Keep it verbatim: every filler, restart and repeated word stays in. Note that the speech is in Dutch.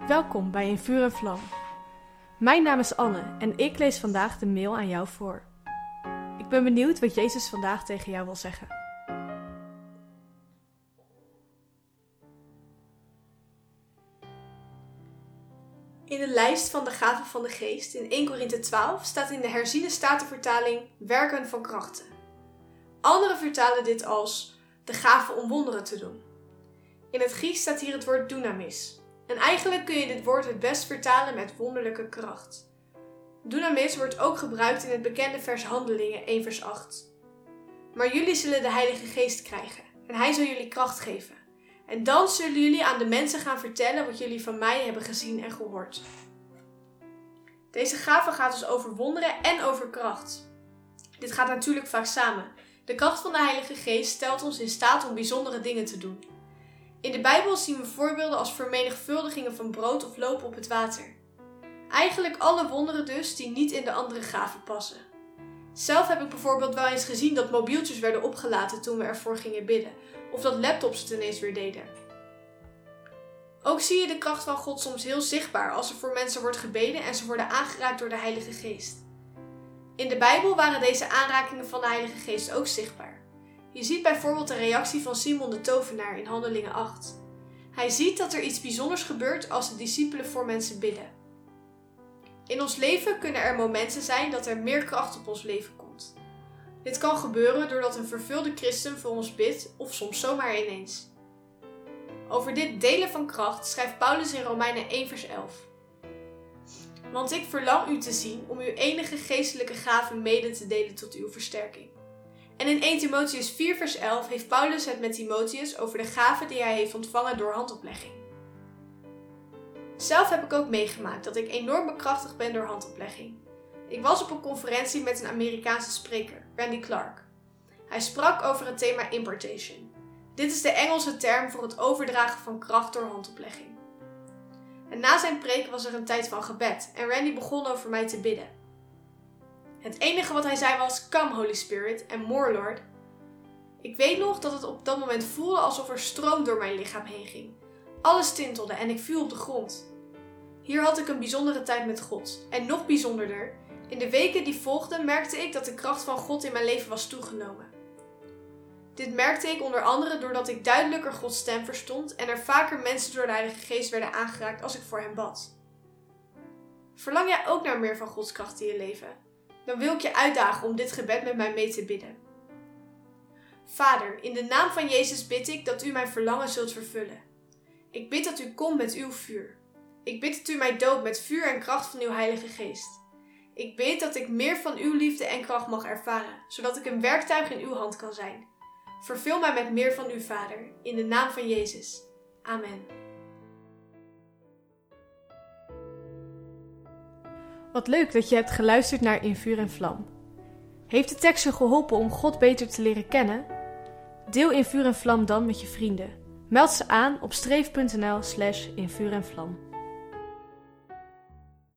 Welkom bij In Vuur en Vlam. Mijn naam is Anne en ik lees vandaag de mail aan jou voor. Ik ben benieuwd wat Jezus vandaag tegen jou wil zeggen. In de lijst van de gaven van de geest in Eerste Korinthe twaalf staat in de herziene statenvertaling werken van krachten. Anderen vertalen dit als de gave om wonderen te doen. In het Grieks staat hier het woord dunamis. En eigenlijk kun je dit woord het best vertalen met wonderlijke kracht. Dunamis wordt ook gebruikt in het bekende vers Handelingen één vers acht. Maar jullie zullen de Heilige Geest krijgen en Hij zal jullie kracht geven. En dan zullen jullie aan de mensen gaan vertellen wat jullie van mij hebben gezien en gehoord. Deze gave gaat dus over wonderen en over kracht. Dit gaat natuurlijk vaak samen. De kracht van de Heilige Geest stelt ons in staat om bijzondere dingen te doen. In de Bijbel zien we voorbeelden als vermenigvuldigingen van brood of lopen op het water. Eigenlijk alle wonderen dus die niet in de andere gaven passen. Zelf heb ik bijvoorbeeld wel eens gezien dat mobieltjes werden opgelaten toen we ervoor gingen bidden. Of dat laptops het ineens weer deden. Ook zie je de kracht van God soms heel zichtbaar als er voor mensen wordt gebeden en ze worden aangeraakt door de Heilige Geest. In de Bijbel waren deze aanrakingen van de Heilige Geest ook zichtbaar. Je ziet bijvoorbeeld de reactie van Simon de tovenaar in Handelingen acht. Hij ziet dat er iets bijzonders gebeurt als de discipelen voor mensen bidden. In ons leven kunnen er momenten zijn dat er meer kracht op ons leven komt. Dit kan gebeuren doordat een vervulde christen voor ons bidt of soms zomaar ineens. Over dit delen van kracht schrijft Paulus in Romeinen één vers elf. Want ik verlang u te zien om uw enige geestelijke gave mede te delen tot uw versterking. En in Eerste Timotheüs vier vers elf heeft Paulus het met Timotheus over de gave die hij heeft ontvangen door handoplegging. Zelf heb ik ook meegemaakt dat ik enorm bekrachtigd ben door handoplegging. Ik was op een conferentie met een Amerikaanse spreker, Randy Clark. Hij sprak over het thema impartation. Dit is de Engelse term voor het overdragen van kracht door handoplegging. En na zijn preek was er een tijd van gebed en Randy begon over mij te bidden. Het enige wat hij zei was, come Holy Spirit en more Lord. Ik weet nog dat het op dat moment voelde alsof er stroom door mijn lichaam heen ging. Alles tintelde en ik viel op de grond. Hier had ik een bijzondere tijd met God. En nog bijzonderder, in de weken die volgden merkte ik dat de kracht van God in mijn leven was toegenomen. Dit merkte ik onder andere doordat ik duidelijker Gods stem verstond en er vaker mensen door de Heilige Geest werden aangeraakt als ik voor hen bad. Verlang jij ook naar meer van Gods kracht in je leven? Dan wil ik je uitdagen om dit gebed met mij mee te bidden. Vader, in de naam van Jezus bid ik dat u mijn verlangen zult vervullen. Ik bid dat u komt met uw vuur. Ik bid dat u mij doopt met vuur en kracht van uw Heilige Geest. Ik bid dat ik meer van uw liefde en kracht mag ervaren, zodat ik een werktuig in uw hand kan zijn. Vervul mij met meer van u, Vader, in de naam van Jezus. Amen. Wat leuk dat je hebt geluisterd naar In Vuur en Vlam. Heeft de tekst je geholpen om God beter te leren kennen? Deel In Vuur en Vlam dan met je vrienden. Meld ze aan op streef punt n l slash in vuur en vlam.